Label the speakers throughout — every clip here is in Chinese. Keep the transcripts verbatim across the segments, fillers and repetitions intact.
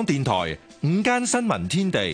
Speaker 1: 港電台午間新聞天地，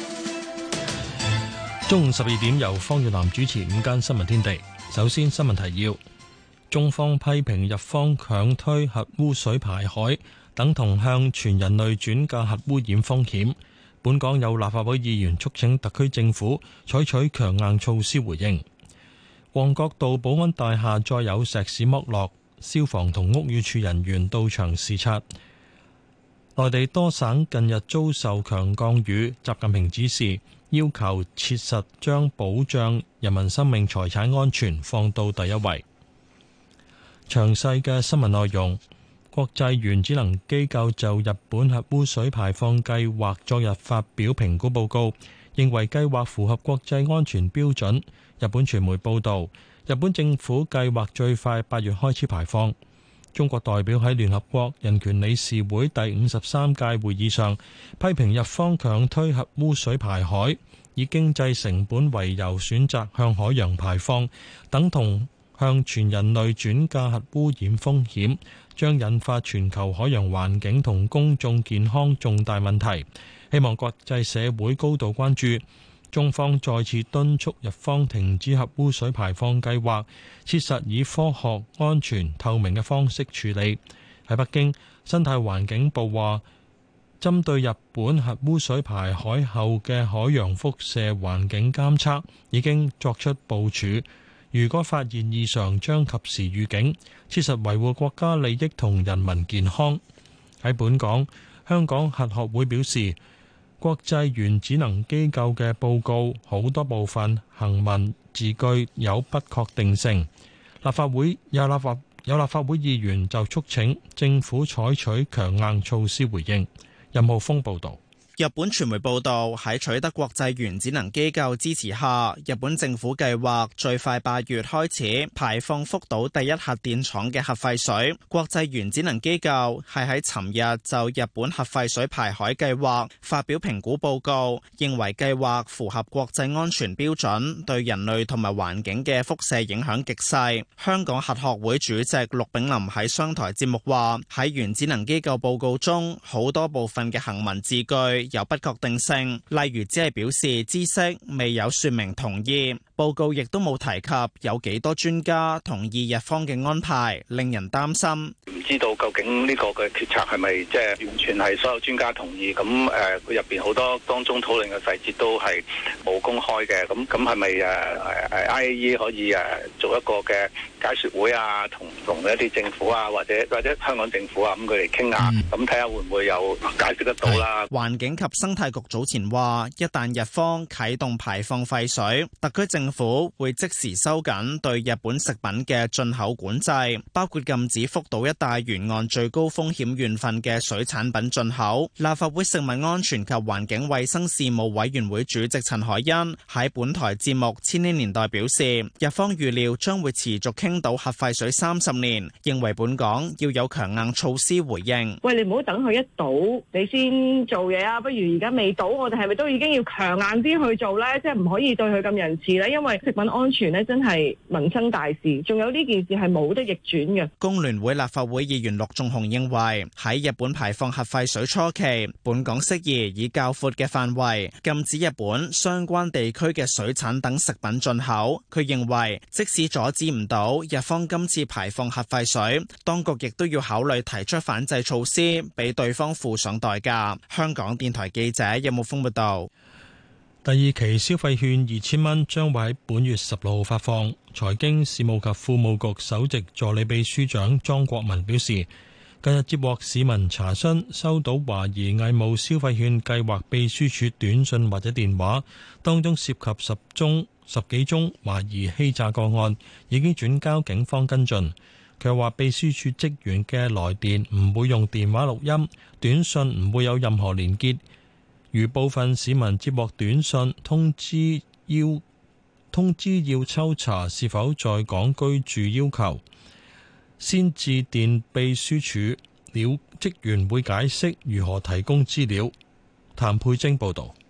Speaker 2: 中午十二點由方月南主持午間新聞天地。首先新聞提要：中方批評日方強推核污水排海，等同向全人類轉嫁核污染風險。本港有立法會議員促請特區政府採取強硬措施回應。旺角道保安大廈再有石屎剝落，消防同屋宇署人員到場視察。內地多省近日遭受強降雨，習近平指示要求切實將保障人民生命財產安全放到第一位。詳細嘅新聞內容，國際原子能機構就日本核污水排放計劃昨日發表評估報告，認為計劃符合國際安全標準。日本傳媒報導，日本政府計劃最快八月開始排放。中國代表喺聯合國人權理事會第五十三屆會議上批評日方強推核污水排海，以經濟成本為由選擇向海洋排放，等同向全人類轉嫁核污染風險，將引發全球海洋環境同公眾健康重大問題，希望國際社會高度關注。中方再次敦促日方停止核污水排放計劃，切實以科學、安全、透明嘅方式處理。喺北京，生態環境部話，針對日本核污水排海後嘅海洋輻射環境監測已經作出部署，如果發現異常，將及時預警，切實維護國家利益同人民健康。喺本港，香港核學會表示，國際原子能機構嘅報告好多部分行文字句有不確定性。立法會有立法有立法會議員就促請政府採取強硬措施回應。任浩峰報導。
Speaker 3: 日本傳媒報道，喺取得國際原子能機構支持下，日本政府計劃最快八月開始排放福島第一核電廠嘅核廢水。國際原子能機構係喺尋日就日本核廢水排海計劃發表評估報告，認為計劃符合國際安全標準，對人類同埋環境嘅輻射影響極細。香港核學會主席陸炳林喺商台節目話，喺原子能機構報告中，好多部分嘅行文字句有不確定性，例如只係表示知識，未有說明同意。報告亦都冇提及有幾多專家同意日方嘅安排，令人擔心。
Speaker 4: 唔知道究竟呢個嘅決策係咪即係完全係所有專家同意？咁誒，佢入邊好多當中討論嘅細節都係冇公開嘅。咁咁係咪誒誒 I A E 可以誒做一個嘅解說會啊？同同一啲政府啊，或者或者香港政府啊，咁佢哋傾下，咁睇下會唔會有解釋得到啦？
Speaker 3: 環境及生態局早前話，一旦日方啟動排放廢水，特區政府會即時收緊對日本食品嘅進口管制，包括禁止福島一帶沿岸最高風險縣份嘅水產品進口。立法會食物安全及環境衛生事務委員會主席陳海欣喺本台節目《千禧年代》表示，日方預料將會持續傾倒核廢水三十年，認為本港要有強硬措施回應。
Speaker 5: 喂，你唔好等佢一倒你先做嘢啊！不如而家未倒，我哋係咪都已經要強硬啲去做呢？即係唔可以對佢咁仁慈呢？因為食品安全呢真係民生大事，仲有呢件事係冇得逆轉嘅。
Speaker 3: 工聯會立法會議員陸仲雄認為，喺日本排放核廢水初期，本港適宜以較闊嘅範圍禁止日本相關地區嘅水產等食品進口。佢認為，即使阻止唔到日方今次排放核廢水，當局亦都要考慮提出反制措施，俾對方付上代價。香港電台記者任木峰報道。
Speaker 2: 第二期消費券二千蚊將會喺本月十六號發放。財經事務及庫務局首席助理秘書長莊國文表示，近日接獲市民查詢，收到懷疑偽冒消費券計劃秘書處短信或者電話，當中涉及十宗十幾宗懷疑欺詐個案，已經轉交警方跟進。佢話秘書處職員嘅來電唔會用電話錄音，短信唔會有任何連結。如部分市民接獲短信通知要通知要抽查是否在港居住要求，先致電秘書處，了職員會解釋如何提供資料。譚佩晶報導。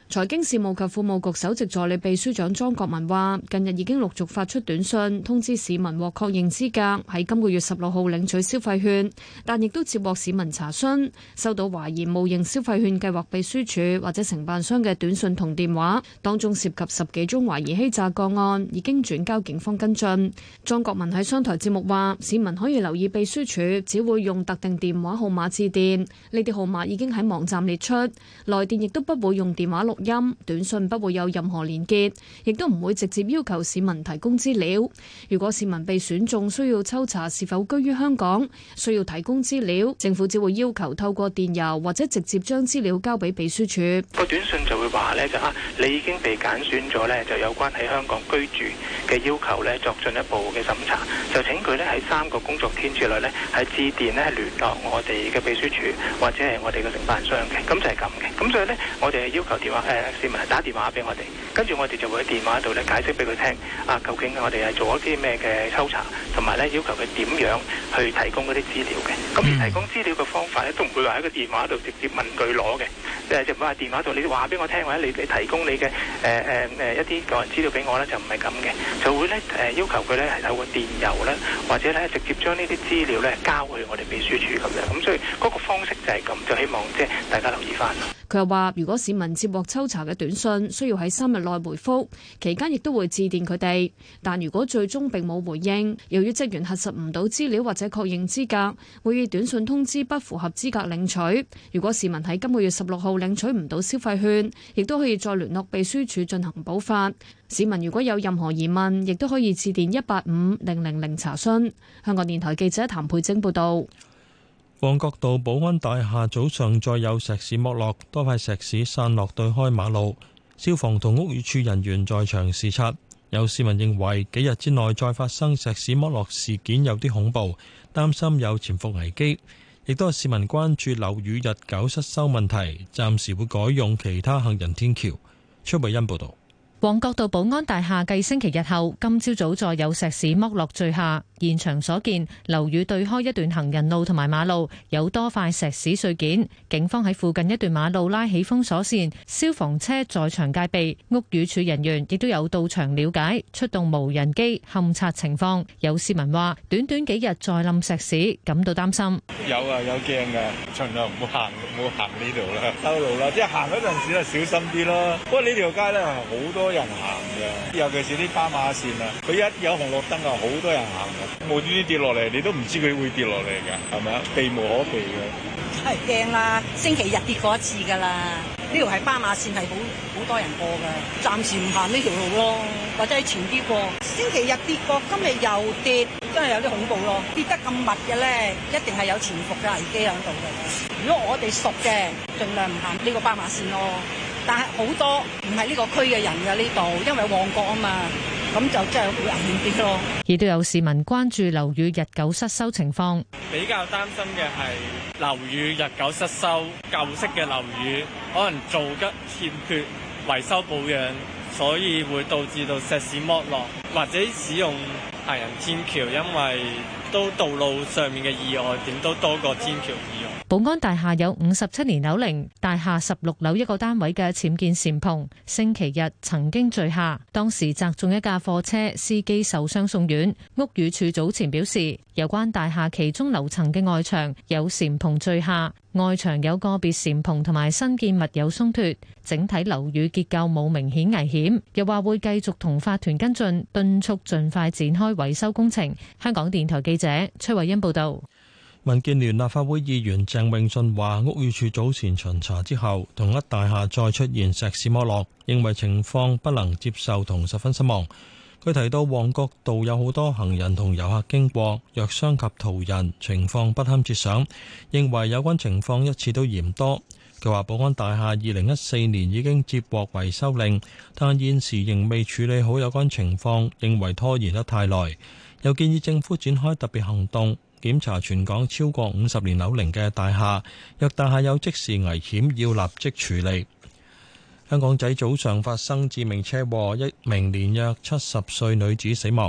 Speaker 6: 財經事務及庫務局首席助理秘書長莊國文話，近日已經陸續發出短信通知市民獲確認資格喺今個月十六號領取消費券，但亦都接獲市民查詢收到懷疑冒認消費券計劃秘書處或者承辦商嘅短信同電話，當中涉及十幾宗懷疑欺詐個案，已經轉交警方跟進。莊國文喺商台節目話，市民可以留意秘書處只會用特定電話號碼致電，呢啲號碼已經喺網站列出，來電亦都不會用電話錄音，短信不會有任何連結，亦都唔會直接要求市民提供資料。如果市民被選中需要抽查是否居於香港，需要提供資料，政府只會要求透過電郵或者直接將資料交俾秘書處。
Speaker 7: 個短信就會話咧就啊，你已經被揀選咗咧，就有關喺香港居住嘅要求咧作進一步嘅審查，就請佢咧喺三個工作天之內咧係致電咧聯絡我哋嘅秘書處或者係我哋嘅承辦商嘅，咁就係咁嘅。咁所以咧，我哋係要求電話誒、呃、市民係打電話俾我哋，跟住我哋就會喺電話度咧解釋俾佢聽啊，究竟我哋係做一啲咩嘅抽查，同埋咧要求佢點樣去提供嗰啲資料嘅。咁而提供資料嘅方法咧，都唔會話喺個電話度直接問佢攞嘅，誒就唔會話電話度你話俾我聽，或者你你提供你嘅誒誒誒一啲個人資料俾我咧，就唔係咁嘅，就會咧誒要求佢咧係透過電郵咧，或者咧直接將呢啲資料咧交去我哋秘書處咁樣。咁所以嗰個方式就係咁，就希望即係大家留意翻。
Speaker 6: 佢又話，如果市民接獲抽查嘅短信，需要喺三日內回覆，期間亦都會致電佢哋。但如果最終並冇回應，由於職員核實唔到資料或者確認資格，會以短信通知不符合資格領取。如果市民喺今個月十六號領取唔到消費券，亦都可以再聯絡秘書處進行補發。市民如果有任何疑問，亦都可以致電一八五零零零查詢。香港電台記者譚佩晶報導。
Speaker 2: 旺角道寶安大廈早上再有石屎剝落，多塊石屎散落對開馬路，消防同屋宇署人員在場視察。有市民認為幾日之內再發生石屎剝落事件有啲恐怖，擔心有潛伏危機。亦都有市民關注樓宇日久失修問題，暫時會改用其他行人天橋。崔慧欣報導。
Speaker 8: 旺角道寶安大廈繼星期日後，今朝早再有石屎剝落墜下。現場所見，樓宇對開一段行人路同埋馬路有多塊石屎碎件。警方喺附近一段馬路拉起封鎖線，消防車在場戒備，屋宇署人員亦都有到場了解，出動無人機勘察情況。有市民話：短短幾日再冧石屎，感到擔心。
Speaker 9: 有啊，有驚㗎，盡量唔好行，唔好行呢度啦，兜路啦，即係行嗰陣時就小心啲咯。不過呢條街咧係好多人行嘅，尤其是啲斑馬線啊，佢一有紅綠燈啊，好多人行嘅。無端端跌落嚟，你都唔知佢會跌落嚟嘅，係咪啊？避無可避嘅。
Speaker 10: 係驚啦，星期日跌過一次㗎啦。呢條係斑馬線，係好好多人過㗎。暫時唔行呢條路咯，或者喺前啲過。星期日跌過，今日又跌，真係有啲恐怖咯。跌得咁密嘅咧，一定係有潛伏嘅危機喺度嘅。如果我哋熟嘅，盡量唔行呢個斑馬線咯。但係好多唔係呢個區嘅人嘅呢度，因為旺角啊嘛。咁就真係會危險啲咯。
Speaker 8: 亦都有市民關注樓宇日久失修情況，
Speaker 11: 比較擔心嘅係樓宇日久失修，舊式嘅樓宇可能做得欠缺維修保養，所以會導致到石屎剝落，或者使用行人天橋，因為都道路上面嘅意外點都多過天橋意外。
Speaker 8: 寶安大廈有五十七年樓齡，大廈十六樓一個單位嘅僭建簷篷，星期日曾經墜下，當時砸中一架貨車，司機受傷送院。屋宇署早前表示，有關大廈其中樓層嘅外牆有簷篷墜下，外牆有個別簷篷同埋新建物有鬆脫，整體樓宇結構冇明顯危險。又話會繼續同法團跟進，敦促盡快展開維修工程。香港電台記者崔慧欣報道。
Speaker 2: 民建聯立法會議員鄭泳舜話：屋宇署早前巡查之後，同一大廈再出現石屎剝落，認為情況不能接受同十分失望。佢提到旺角道有好多行人同遊客經過，若傷及途人，情況不堪設想，認為有關情況一次都嫌多。佢話：寶安大廈二零一四年已經接獲維修令，但現時仍未處理好有關情況，認為拖延得太耐。又建議政府展開特別行動，檢查全港超過五十年樓齡嘅大廈，若大廈有即時危險，要立即處理。香港仔早上發生致命車禍，一名年約七十歲女子死亡。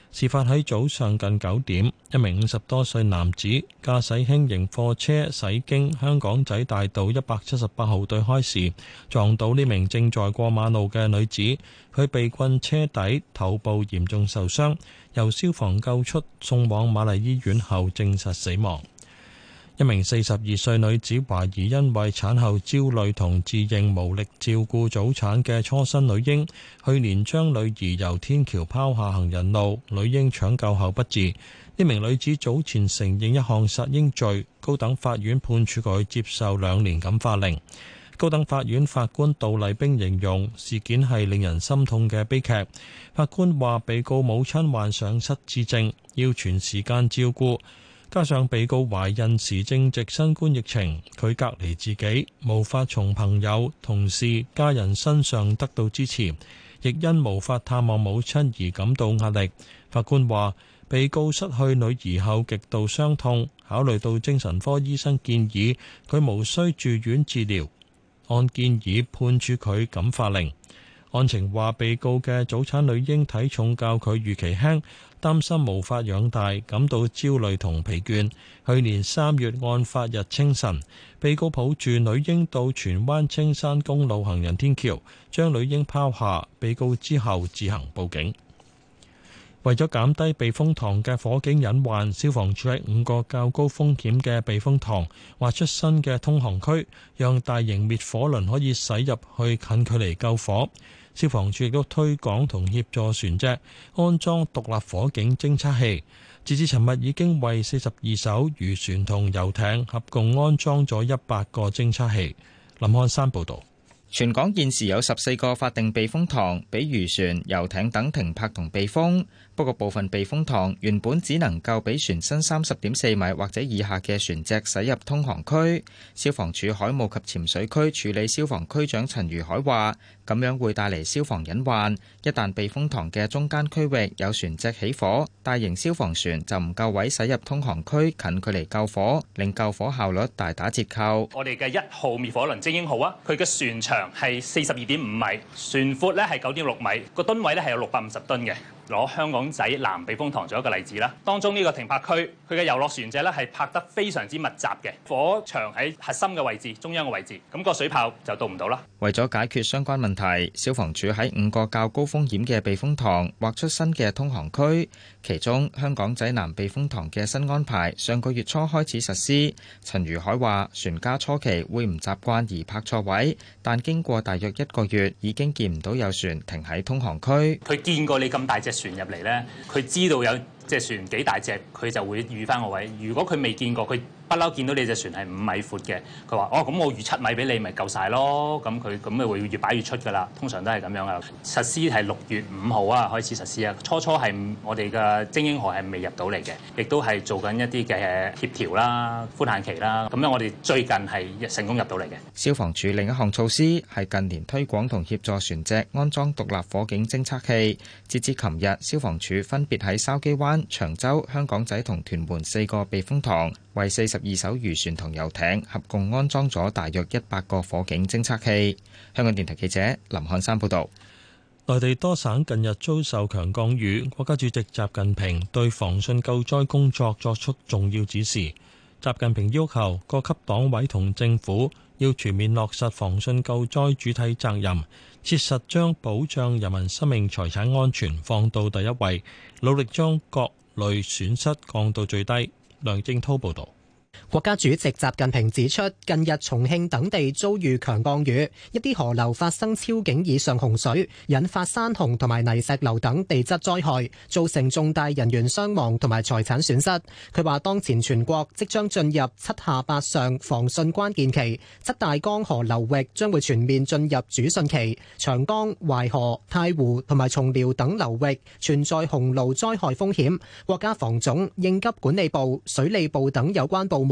Speaker 2: 事發喺早上近九點，一名五十多歲男子駕駛輕型貨車駛經香港仔大道一百七十八號對開時，撞到呢名正在過馬路嘅女子，佢被困車底，頭部嚴重受傷，由消防救出送往瑪麗醫院後證實死亡。一名四十二歲女子懷疑因為產後焦慮同自認無力照顧早產嘅初生女嬰，去年將女兒由天橋拋下行人路，女嬰搶救後不治。呢名女子早前承認一項殺嬰罪，高等法院判處佢接受兩年感化令。高等法院法官杜麗冰形容事件係令人心痛嘅悲劇。法官話被告母親患上失智症，要全時間照顧。加上被告懷孕時正值新冠疫情，佢隔離自己，無法從朋友、同事、家人身上得到支持，亦因無法探望母親而感到壓力。法官話，被告失去女兒後極度傷痛，考慮到精神科醫生建議佢無需住院治療，按建議判處佢感化令。案情話，被告嘅早產女嬰體重較佢預期輕，擔心無法養大，感到焦慮同疲倦。去年三月案發日清晨，被告抱住女嬰到荃灣青山公路行人天橋，將女嬰拋下。被告之後自行報警。為咗減低避風塘嘅火警隱患，消防處喺五個較高風險嘅避風塘劃出新嘅通航區，讓大型滅火輪可以駛入去近距離救火。消防處亦都推廣同協助船隻安裝獨立火警偵測器，截至尋日已經為四十二艘漁船同遊艇合共安裝咗一百個偵測器。林漢山報導。
Speaker 12: 全港現時有十四個法定避風塘，俾漁船、遊艇等停泊同避風。不過部分避風塘原本只能夠俾船身三十點四米或者以下嘅船隻駛入通航區。消防處海務及潛水區處理消防區長陳如海話，咁樣會帶嚟消防隱患。一旦避風塘嘅中間區域有船隻起火，大型消防船就唔夠位駛入通航區近距離救火，令救火效率大打折扣。
Speaker 13: 我哋嘅一號滅火輪精英號啊，佢嘅船長係四十二點五米，船闊咧係九點六米，個噸位咧係有六百五十噸嘅。攞香港仔南避風塘做一個例子啦，當中呢個停泊區，佢嘅遊樂船隻咧係泊得非常之密集嘅，火場喺核心嘅位置、中央嘅位置，咁個水炮就到唔到啦。
Speaker 12: 為咗解決相關問題，消防處喺五個較高風險嘅避風塘劃出新嘅通航區，其中香港仔南避風塘嘅新安排上個月初開始實施。陳如海話，船家初期會唔習慣而泊錯位，但經過大約一個月，已經見唔到有船停喺通航區。
Speaker 13: 佢見過你咁大隻船入嚟呢，佢知道有隻船幾大隻，佢就會預翻個位。如果佢未見過，佢不嬲見到你隻船係五米闊嘅，佢話：哦，咁我預七米俾你，咪夠晒咯。咁佢咁咪會越擺越出㗎啦。通常都係咁樣㗎。實施係六月五號啊，開始實施啊。初初係我哋嘅精英號係未入到嚟嘅，亦都係做緊一啲嘅協調啦、寬限期啦。咁樣我哋最近係成功入到嚟嘅。
Speaker 12: 消防處另一項措施係近年推廣同協助船隻安裝獨立火警偵測器。截至琴日，消防處分別喺筲箕灣、長洲、香港仔同屯門四個避風塘，為四十二艘漁船同遊艇合共安裝咗大約一百個火警偵測器。香港電台記者林漢山報導。
Speaker 2: 內地多省近日遭受強降雨，國家主席習近平對防汛救災工作作出重要指示。習近平要求各級黨委同政府要全面落實防汛救災主體責任，切實將保障人民生命財產安全放到第一位，努力將各類損失降到最低。梁正滔報導。
Speaker 14: 國家主席習近平指出，近日重慶等地遭遇強降雨，一啲河流發生超警以上洪水，引發山洪同埋泥石流等地質災害，造成重大人員傷亡同埋財產損失。佢話當前全國即將進入七下八上防汛關鍵期，七大江河流域將會全面進入主汛期，長江、淮河、太湖同埋松遼等流域存在洪澇災害風險。國家防總、應急管理部、水利部等有關部門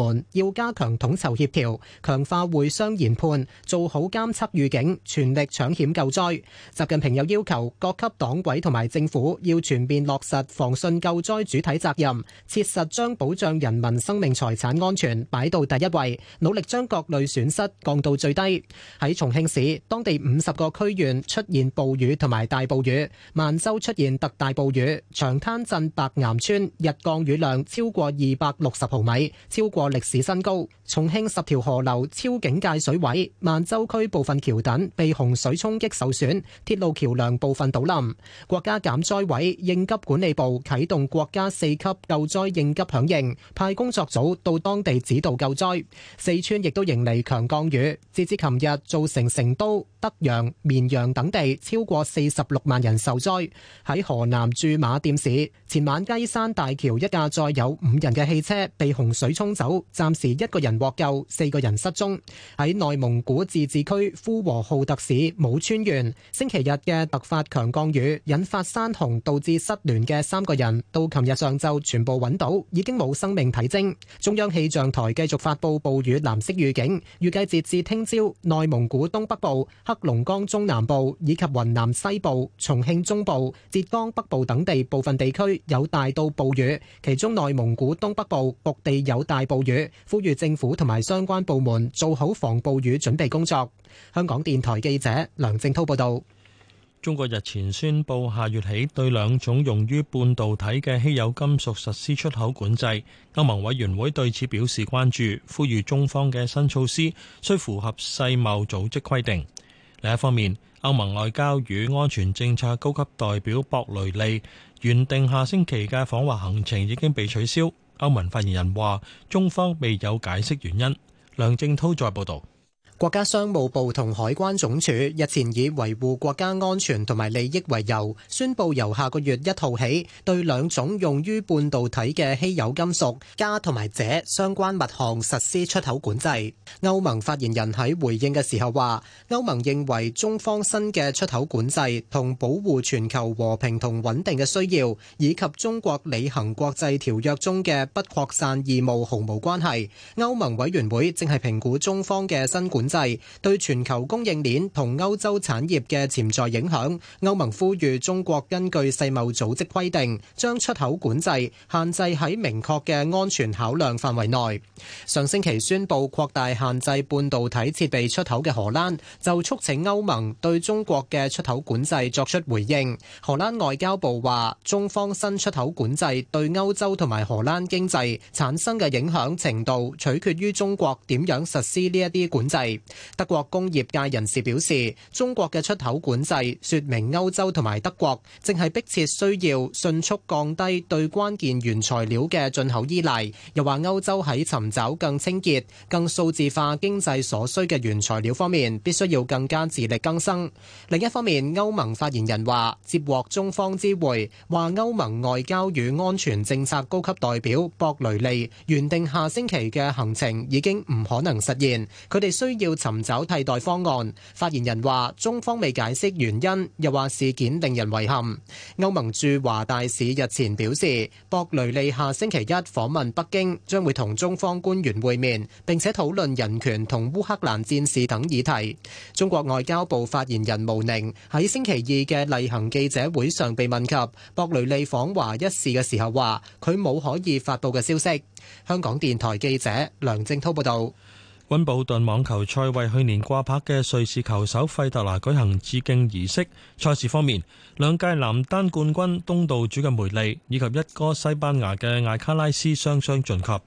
Speaker 14: 門要加強統籌協調，強化會商研判，做好監測預警，全力搶險救災。習近平又要求各級黨委同埋政府要全面落實防汛救災主體責任，切實將保障人民生命財產安全擺到第一位，努力將各類損失降到最低。喺重慶市，當地五十個區縣出現暴雨同埋大暴雨，萬州出現特大暴雨，長灘鎮白岩村日降雨量超過二百六十毫米，超過歷史新高。重慶十條河流超警戒水位，萬州區部分橋墩被洪水衝擊受損，鐵路橋梁部分倒冧。國家減災委應急管理部啟動國家四級救災應急響應，派工作組到當地指導救災。四川亦都迎嚟強降雨，截至琴日造成成都、德陽、綿陽等地超過四十六萬人受災。喺河南駐馬店市，前晚雞山大橋一架載有五人嘅汽車被洪水沖走，暫時一個人獲救，四個人失蹤。喺內蒙古自治區呼和浩特市武川縣，星期日嘅突發強降雨引發山洪，導致失聯嘅三個人到琴日上晝全部揾到，已經冇生命體徵。中央氣象台繼續發布暴雨藍色預警，預計截至聽朝，內蒙古東北部、黑龍江中南部以及雲南西部、重慶中部、浙江北部等地部分地區有大到暴雨，其中內蒙古東北部局地有大暴雨，呼籲政府同埋相關部門做好防暴雨準備工作。香港電台記者梁正滔報導。
Speaker 2: 中國日前宣布下月起對兩種用於半導體嘅稀有金屬實施出口管制，歐盟委員會對此表示關注，呼籲中方嘅新措施需符合世貿組織規定。另一方面，歐盟外交與安全政策高級代表博雷利原定下星期嘅訪華行程已經被取消。歐盟發言人話，中方未有解釋原因。梁正滔再報導。
Speaker 14: 國家商務部同海關總署日前以維護國家安全同埋利益為由，宣布由下個月一號起，對兩種用於半導體嘅稀有金屬鎵同埋鍺相關物項實施出口管制。歐盟發言人喺回應嘅時候話，歐盟認為中方新嘅出口管制同保護全球和平同穩定嘅需要，以及中國履行國際條約中嘅不擴散義務毫無關係。歐盟委員會正係評估中方嘅新管制對全球供應鏈同歐洲產業嘅潛在影響。歐盟呼籲中國根據世貿組織規定，將出口管制限制喺明確嘅安全考量範圍內。上星期宣布擴大限制半導體設備出口嘅荷蘭，就促請歐盟對中國嘅出口管制作出回應。荷蘭外交部話，中方新出口管制對歐洲同埋荷蘭經濟產生嘅影響程度，取決於中國點樣實施呢一啲管制。德國工業界人士表示，中國嘅出口管制說明歐洲同埋德國正係迫切需要迅速降低對關鍵原材料嘅進口依賴。又話歐洲喺尋找更清潔、更數字化經濟所需嘅原材料方面，必須要更加自力更生。另一方面，歐盟發言人話，接獲中方知會，話歐盟外交與安全政策高級代表博雷利原定下星期嘅行程已經唔可能實現，佢哋需要尋找替代方案。發言人話，中方未解釋原因，又話事件令人遺憾。歐盟駐華大使日前表示，博雷利下星期一訪問北京，將會同中方官員會面，並且討論人權同烏克蘭戰事等議題。中國外交部發言人毛寧喺星期二嘅例行記者會上被問及博雷利訪華一事嘅時候，話佢冇可以發佈嘅消息。香港電台記者梁正滔報道。
Speaker 2: 溫布頓網球賽為去年掛牌嘅瑞士球手費特拿舉行致敬儀式。賽事方面，兩屆男單冠軍東道主嘅梅利以及一哥西班牙嘅艾卡拉斯雙雙晉級。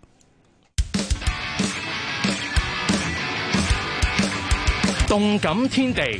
Speaker 1: 動感天地。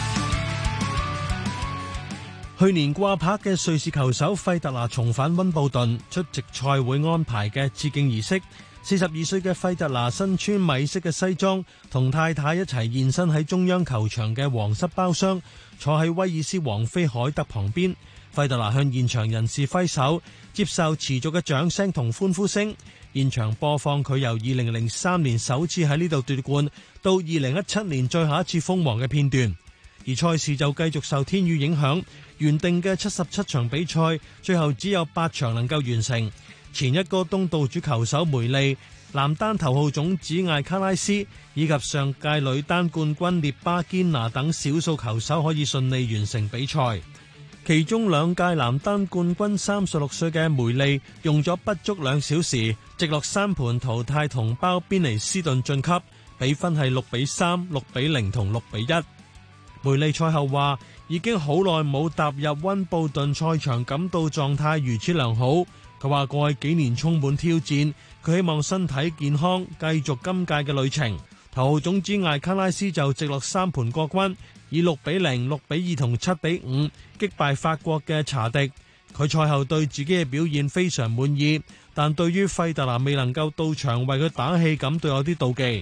Speaker 2: 去年掛牌嘅瑞士球手費特拿重返溫布頓出席賽會安排嘅致敬儀式。四十二歲嘅費特拿身穿米色嘅西裝，同太太一齊現身喺中央球場嘅皇室包廂，坐喺威爾斯王妃凱特旁邊。費特拿向現場人士揮手，接受持續嘅掌聲同歡呼聲。現場播放佢由二零零三年首次喺呢度奪冠，到二零一七年最後一次封王嘅片段。而賽事就繼續受天雨影響，原定嘅七十七場比賽，最後只有八場能夠完成。前一個東道主球手梅利
Speaker 15: 男單頭號種子艾卡拉斯以及上屆女單冠軍列巴堅拿等少數球手可以順利完成比賽。其中兩屆男單冠軍三十六歲嘅梅利用咗不足兩小時，直落三盤淘汰同胞邊尼斯頓晉級，比分係六比三、六比零同六比一。梅利賽後話：已經好耐冇踏入溫布頓賽場，感到狀態如此良好。佢話過去幾年充滿挑戰，佢希望身體健康，繼續今屆嘅旅程。頭號種子艾卡拉斯就直落三盤過關，以六比零、六比二同七比五擊敗法國嘅查迪。佢賽後對自己嘅表現非常滿意，但對於費特拿未能夠到場為佢打氣感到有啲妒忌。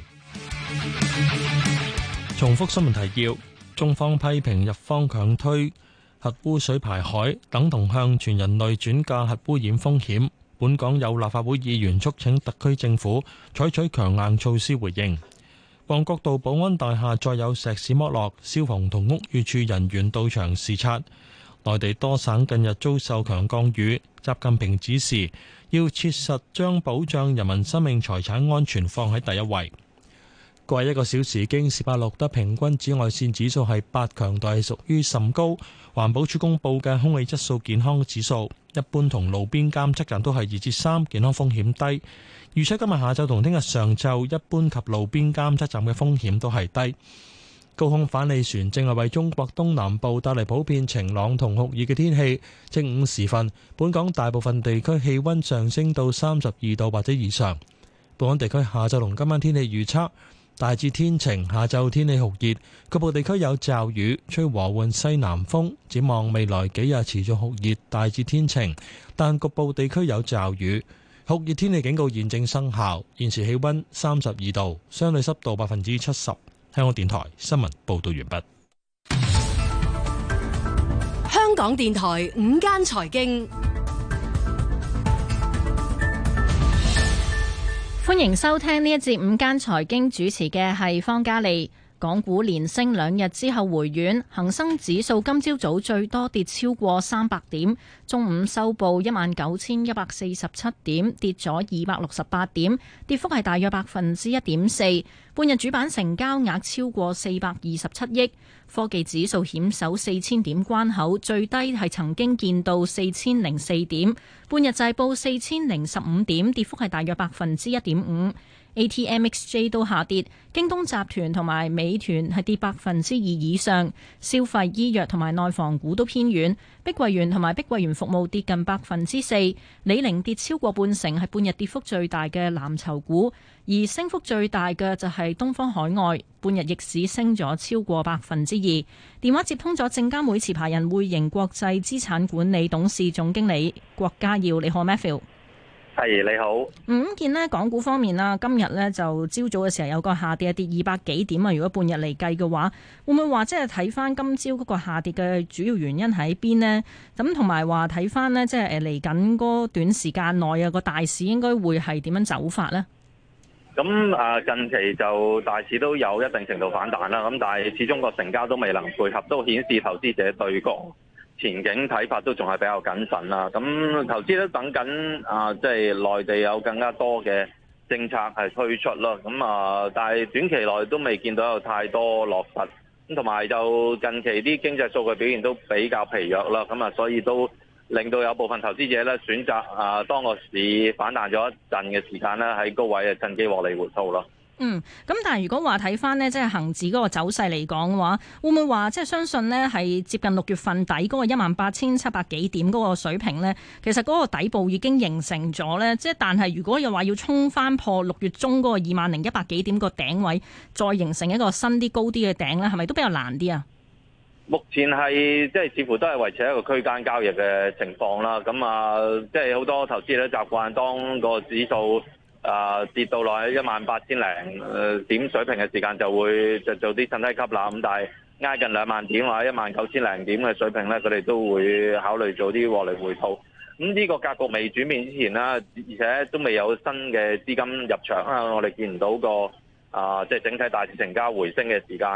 Speaker 2: 重複新聞提要：中方批評日方強推核污水排海，等同向全人類轉嫁核污染風險。本港有立法會議員促請特區政府採取強硬措施回應。旺角道保安大廈再有石屎剝落，消防同屋宇署人員到場視察。內地多省近日遭受強降雨，習近平指示要切實將保障人民生命財產安全放喺第一位。過去一個小時京士柏錄得平均紫外線指數係八，強度係屬於甚高。環保署公布嘅空氣質素健康指數，一般同路邊監測站都係二至三，健康風險低。預測今日下晝同聽日上晝，一般及路邊監測站嘅風險都係低。高空反氣旋正係為中國東南部帶嚟普遍晴朗同酷熱嘅天氣。正午時分，本港大部分地區氣溫上升到三十二度或者以上。本港地區下晝同今晚天氣預測。大致天晴，下晝天氣酷熱，局部地區有驟雨，吹和緩西南風。展望未來幾日持續酷熱，大致天晴，但局部地區有驟雨。酷熱天氣警告現正生效。現時氣溫三十二度，相對濕度百分之七十。香港電台新聞報道完畢。
Speaker 16: 香港電台午間財經。
Speaker 17: 歡迎收聽呢一節午間財經，主持嘅係方嘉利。港股連升兩日之後回軟，恒生指數今朝早最多跌超過三百點，中午收報一萬九千一百四十七點，跌咗二百六十八點，跌幅係大約百分之一點四。半日主板成交額超過四百二十七億。科技指數險守四千點關口，最低係曾經見到四千零四點，半日就係報四千零十五點，跌幅係大約百分之一點五。A T M X J 都下跌，京東集團同埋美團係跌百分之二以上，消費醫藥同埋內房股都偏軟，碧桂園同埋碧桂園服務跌近百分之四，李寧跌超過半成，係半日跌幅最大嘅藍籌股，而升幅最大嘅就係東方海外，半日逆市升咗超過百分之二。電話接通咗證監會持牌人匯盈國際資產管理董事總經理郭家耀，你好 Matthew。
Speaker 18: 係你好，
Speaker 17: 嗯，見呢港股方面啦，今日呢就朝早嘅時候有個下跌，跌二百幾點啊。如果半日嚟計嘅話，會唔會話即係睇翻今朝嗰個下跌嘅主要原因喺邊呢？咁同埋話睇翻呢，即係誒嚟緊嗰短時間內啊，個大市應該會係點樣走法呢？
Speaker 18: 咁啊，近期就大市都有一定程度反彈啦。咁但係始終個成交都未能配合，都顯示投資者對個前景睇法都仲係比較謹慎啦。咁投資都等緊啊，即係內地有更加多嘅政策係推出咯。咁啊，但係短期內都未見到有太多落實。咁同埋就近期啲經濟數據表現都比較疲弱啦。咁啊，所以都令到有部分投資者咧選擇啊，當個市反彈咗一陣嘅時間咧，喺高位啊趁機獲利回吐咯。
Speaker 17: 嗯，咁但係如果話睇翻呢，即係恒指嗰個走勢嚟講嘅話，會唔會話即係相信呢係接近六月份底嗰個一萬八千七百幾點嗰個水平呢？其實嗰個底部已經形成咗呢。即係但係如果又話要衝翻破六月中嗰個二萬零一百幾點個頂位，再形成一個新啲高啲嘅頂呢，係咪都比較難啲啊？
Speaker 18: 目前係即係似乎都係維持一個區間交易嘅情況啦。咁啊，即係好多投資者習慣當個指數啊、呃、跌到落去一萬八千零誒點水平嘅時間，就會就做啲趁低吸納。咁但係挨近兩萬點或者一萬九千零點嘅水平咧，佢哋都會考慮做啲獲利回吐。咁呢個格局未轉變之前啦，而且都未有新嘅資金入場啊，我哋見唔到個啊即係整體大市成交回升嘅時間啦。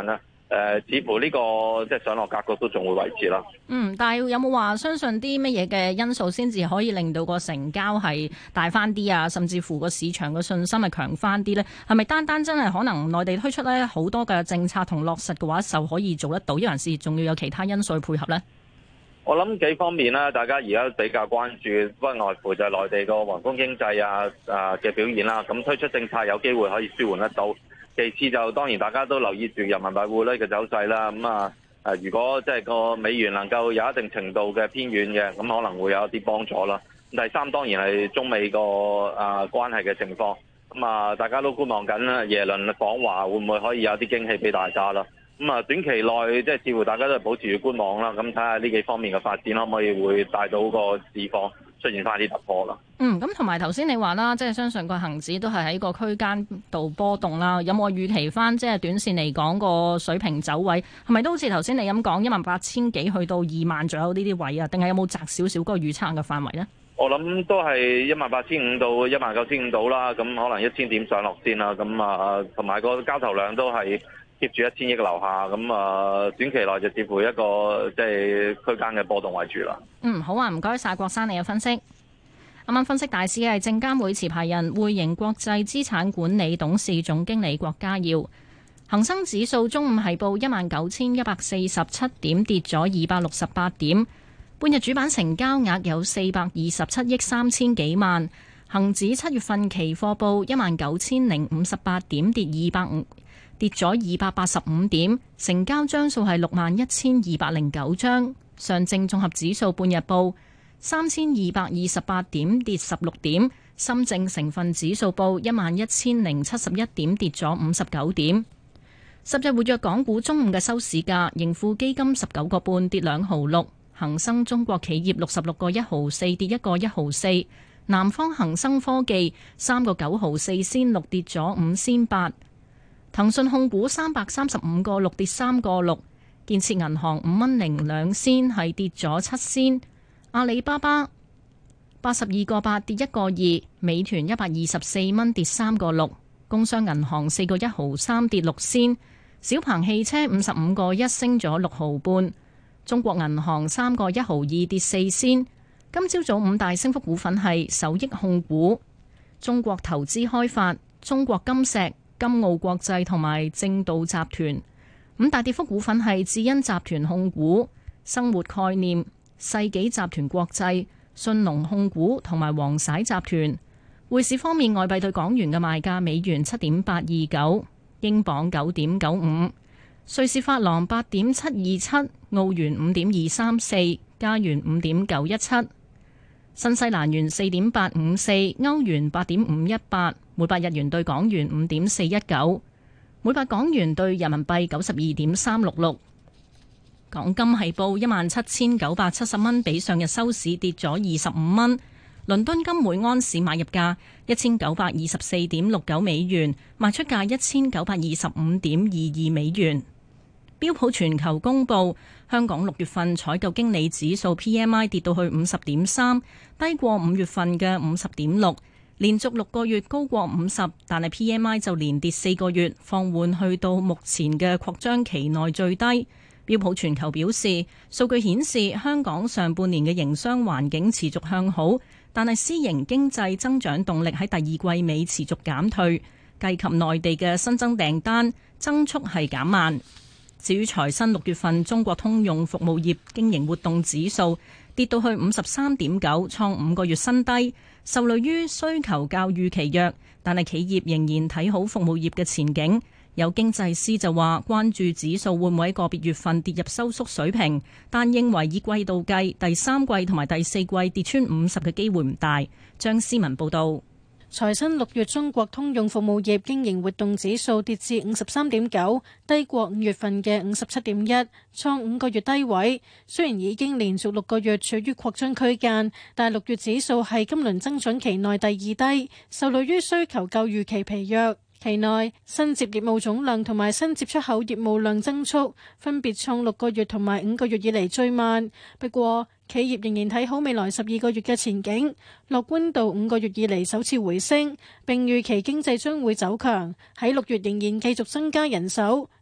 Speaker 18: 呃，似乎呢、這個即係上落格局都仲會維持啦。
Speaker 17: 嗯，但係有冇話相信啲乜嘢嘅因素先至可以令到個成交係大翻啲啊？甚至乎個市場嘅信心係強翻啲呢？係咪單單真係可能內地推出呢好多嘅政策同落實嘅話就可以做得到？依還是仲要有其他因素去配合呢？
Speaker 18: 我諗幾方面啦，大家而家比較關注，不外乎就係內地個宏觀經濟啊啊嘅表現啦。咁推出政策有機會可以舒緩得到。其次就當然大家都留意住人民幣匯率嘅走勢啦。咁啊誒，如果即係個美元能夠有一定程度嘅偏軟嘅，咁可能會有一啲幫助啦。第三當然係中美個啊關係嘅情況。咁啊，大家都觀望緊耶倫訪華會唔會可以有啲驚喜俾大家啦。咁啊，短期內即係似乎大家都係保持住觀望啦。咁睇下呢幾方面嘅發展可唔可以會帶到個市況出現翻啲突破啦。
Speaker 17: 嗯，咁同埋頭先你話啦，即係相信個恆指都係喺個區間度波動啦。有冇預期翻即係短線嚟講個水平走位係咪都好似頭先你咁講一萬八千幾去到二萬左右呢啲位啊？定係有冇窄少少嗰個預測嘅範圍呢？
Speaker 18: 我諗都係一萬八千五到一萬九千五到啦。咁可能一千點上落先啦。咁啊，同埋個交投量都係貼住一千億樓下，咁啊短期內就似乎一個即係區間嘅波動為主啦。嗯，
Speaker 17: 好啊，唔該晒郭生你嘅分析。啱啱分析大市嘅係證監會持牌人匯盈國際資產管理董事總經理郭家耀。恒生指數中午係報一萬九千一百四十七點，跌咗二百六十八點。半日主板成交額有四百二十七億三千幾萬。恒指七月份期貨報一萬九千零五十八點，跌二百五。跌咗二百八十五點，成交張數係六萬一千二百零九張。上證綜合指數半日報三千二百二十八點，跌十六點。深證成分指數報一萬一千零七十一點，跌咗五十九點。十隻活躍港股中午嘅收市價，盈富基金十九個半跌兩毫六，恒生中國企業六十六個一毫四跌一個一毫四，南方恒生科技三個九毫四仙六跌咗五仙八。騰訊控股三百三十五個六跌三個六，建設銀行五蚊零兩仙係跌咗七仙，阿里巴巴八十二個八跌一個二，美團一百二十四蚊跌三個六，工商銀行四個一毫三跌六仙，小鵬汽車五十五個一升咗六毫半，中國銀行三個一毫二跌四仙。今朝早五大升幅股份係首益控股、中國投資開發、中國金石、金澳國際同埋正道集團。五大跌幅股份係智恩集團控股、生活概念、世紀集團國際、信隆控股同埋皇璽集團。匯市方面，外幣對港元嘅賣價：美元七點八二九，英鎊九點九五，瑞士法郎八點七二七，澳元五點二三四，加元五點九一七，新西蘭元四點八五四，歐元八點五一八。每百日元對港元五點四一九，每百港元對人民幣九十二點三六六。港金係報一萬七千九百七十蚊，比上日收市跌咗二十五蚊。倫敦金每安士買入價一千九百二十四點六九美元，賣出價一千九百二十五點二二美元。標普全球公佈香港六月份採購經理指數 P M I 跌到去五十點三，低過五月份嘅五十點六。連續六個月高過五十，但係 P M I 就連跌四個月，放緩去到目前嘅擴張期內最低。標普全球表示，數據顯示香港上半年嘅營商環境持續向好，但係私營經濟增長動力喺第二季尾持續減退，計及內地嘅新增訂單增速係減慢。至於財新六月份中國通用服務業經營活動指數跌到去五十三點九，創五個月新低。受累於需求較預期弱，但係企業仍然睇好服務業嘅前景。有經濟師就話關注指數會唔會喺個別月份跌入收縮水平，但認為以季度計，第三季同埋第四季跌穿五十嘅機會唔大。張思文報導。
Speaker 19: 財新六月中國通用服務業經營活動指數跌至五十三點九，低過五月份嘅五十七點一，創五個月低位。雖然已經連續六個月處於擴張區間，但六月指數係今輪增長期內第二低，受累於需求較預期疲弱。期內新接業務總量同埋新接出口業務量增速分別創六個月同埋五個月以嚟最慢。不過企業仍然睇好未來十二個月嘅前景，樂觀度五個月以嚟首次回升，並預期經濟將會走強。喺六月仍然繼續增加人手，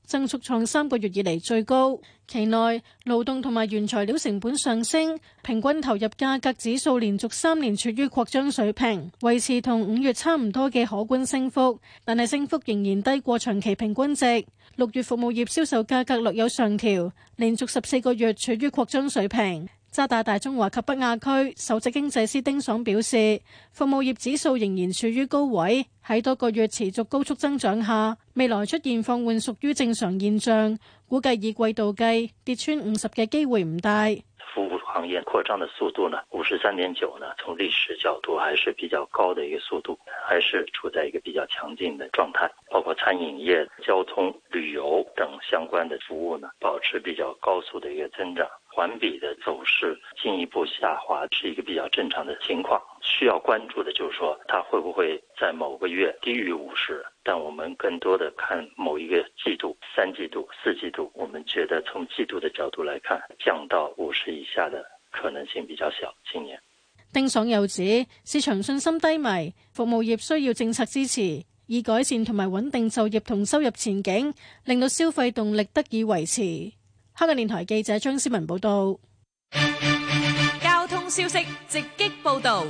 Speaker 19: 增速創三個月以嚟最高。期內勞動同埋原材料成本上升，平均投入價格指數連續三年處於擴張水平，維持同五月差唔多嘅可觀升幅，但係升幅仍然低過長期平均值。六月服務業銷售價格略有上調，連續十四個月處於擴張水平。渣打大中華及北亞區首席經濟師丁爽表示，服務業指數仍然處於高位，喺多個月持續高速增長下，未來出現放緩屬於正常現象，估計以季度計跌穿五十嘅機會唔大。
Speaker 20: 服務行業擴張的速度呢，五十三點九呢，從歷史角度還是比較高的一個速度，還是處在一個比較強勁的狀態。包括餐飲業、交通、旅遊等相關的服務呢，保持比較高速的一個增長。環比的走勢進一步下滑是一個比較正常的情況。需要關注的就是說，它會不會在某個月低於五十？但我們更多的看某一個季度、三季度、四季度，我們覺得從季度的角度來看，降到五十以下的可能性比較小。今年，
Speaker 19: 丁爽又指，市場信心低迷，服務業需要政策支持，以改善同埋穩定就業同收入前景，令到消費動力得以維持。香港電台記者張思文報道。
Speaker 16: 交通消息直擊報道。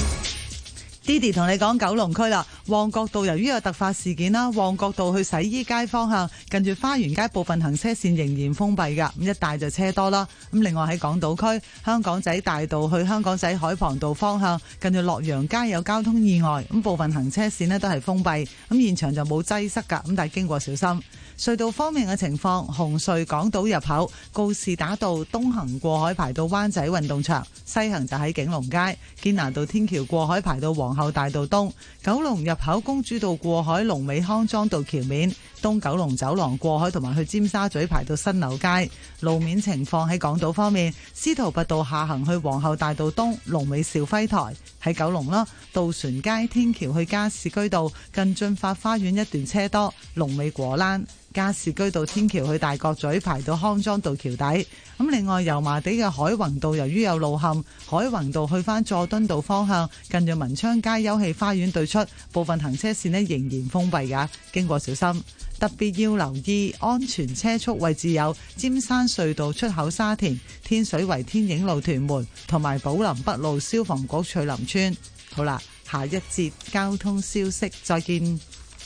Speaker 21: Didi 同你講九龍區啦，旺角道由於有突發事件啦，旺角道去洗衣街方向近住花園街部分行車線仍然封閉㗎，咁一帶就車多啦。咁另外喺港島區香港仔大道去香港仔海傍道方向近住洛陽街有交通意外，咁部分行車線呢都係封閉，咁現場就冇擠塞㗎，咁但係經過小心。隧道方面嘅情況，紅隧港島入口告士打道東行過海排到灣仔運動場，西行就喺景隆街堅拿道天橋過海排到皇后大道東，九龍入口公主道過海龍尾康莊道橋面，東九龍走廊過海同埋去尖沙咀排到新樓街。路面情況喺港島方面，司徒拔道下行去皇后大道東龍尾兆輝台，喺九龍啦，渡船街天橋去加士居道近駿發花園一段車多，龍尾果欄。加士居道天橋去大角咀排到康莊道橋底，咁另外油麻地嘅海泓道由於有路陷，海泓道去返佐敦道方向近住文昌街休憩花園對出部分行車線呢仍然封閉㗎，經過小心，特別要留意安全車速位置有尖山隧道出口沙田、天水圍天影路屯門同埋寶林北路消防局翠林村。好啦，下一節交通消息再見。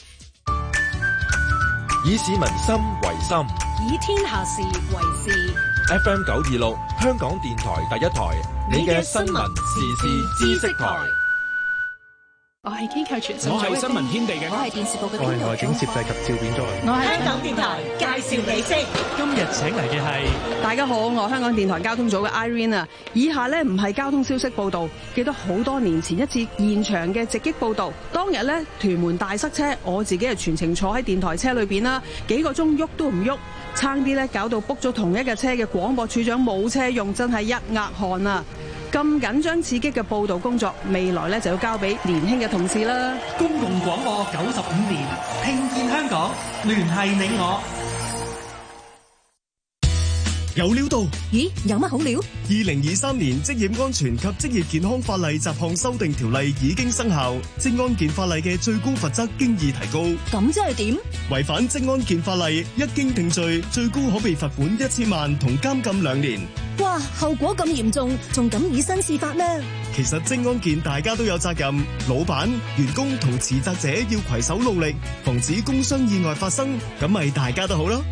Speaker 1: 以市民心為心，
Speaker 16: 以天下事為事。
Speaker 1: F M 九二六，香港電台第一台，你嘅新聞時事知識台。
Speaker 22: 我係機構傳訊，
Speaker 1: 我係新聞天地嘅，
Speaker 22: 我係電視部嘅編導，
Speaker 15: 我係外景攝製及照片組。
Speaker 22: 我係香港電台介紹你識。
Speaker 15: 今日請嚟嘅係
Speaker 23: 大家好，我係香港電台交通組嘅 Irene 啊。以下呢唔係交通消息報道，記得好多年前一次現場嘅直擊報道。當日呢，屯門大塞車，我自己係全程坐喺電台車裏邊啦，幾個鐘喐都唔喐，差啲呢搞到 book 咗同一架車嘅廣播處長冇車用，真係一額汗啊！咁緊張刺激嘅報導工作，未來咧就要交俾年輕嘅同事啦。
Speaker 24: 公共廣播九十五年，聽見香港，聯繫你我。
Speaker 25: 有料到？
Speaker 16: 咦，有乜好料？
Speaker 25: 二零二三年職業安全及職業健康法例雜項修訂條例已經生效，職安健法例嘅最高罰則經已提高。
Speaker 16: 咁即係點？
Speaker 25: 違反職安健法例，一經定罪，最高可被罰款一千萬同監禁兩年。
Speaker 16: 哇，後果咁嚴重，仲敢以身試法咩？
Speaker 25: 其實職安健大家都有責任，老闆、員工同持責者要攜手努力，防止工傷意外發生，咁咪大家都好咯。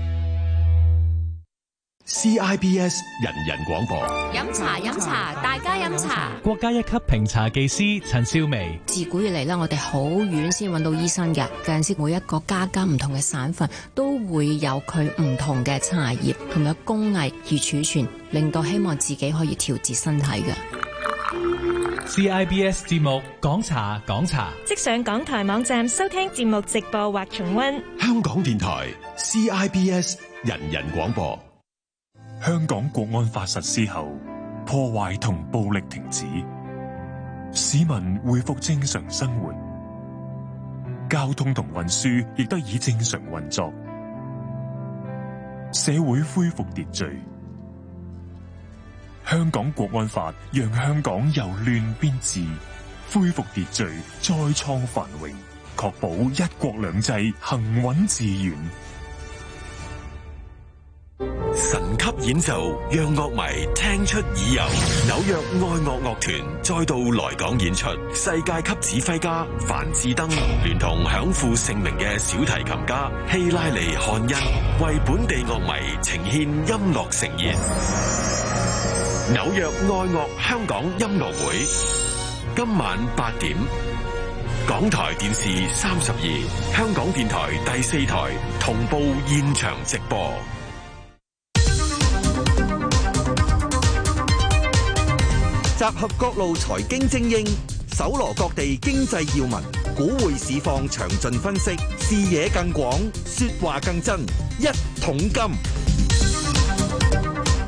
Speaker 26: C I B S 人人廣播，
Speaker 27: 飲茶飲茶，大家飲茶。
Speaker 15: 國家一級評茶技師陳少薇，
Speaker 28: 自古以嚟咧，我哋好遠先揾到醫生嘅。有陣時每一個家家唔同嘅省份都會有佢唔同嘅茶葉同埋工藝而儲存，令到希望自己可以調節身體嘅。
Speaker 15: C I B S 節目講茶講茶，
Speaker 29: 即上港台網站收聽節目直播或重溫。
Speaker 26: 香港電台 C I B S 人人廣播。
Speaker 30: 香港國安法實施後，破壞同暴力停止，市民恢復正常生活，交通同運輸亦得以正常運作，社會恢復秩序。香港國安法讓香港由亂變治，恢復秩序，再創繁榮，確保一國兩制行穩致遠。
Speaker 26: 神級演奏讓樂迷聽出耳油。紐約愛樂樂團再度來港演出，世界級指揮家范志登聯同享負盛名嘅小提琴家希拉里漢恩，為本地樂迷呈獻音樂盛宴。紐約愛樂香港音樂會今晚八點，港台電視三十二，香港電台第四台同步現場直播。
Speaker 3: 集合各路財經精英，搜羅各地經濟要聞，股匯市況詳盡分析，視野更廣，說話更真。一桶金。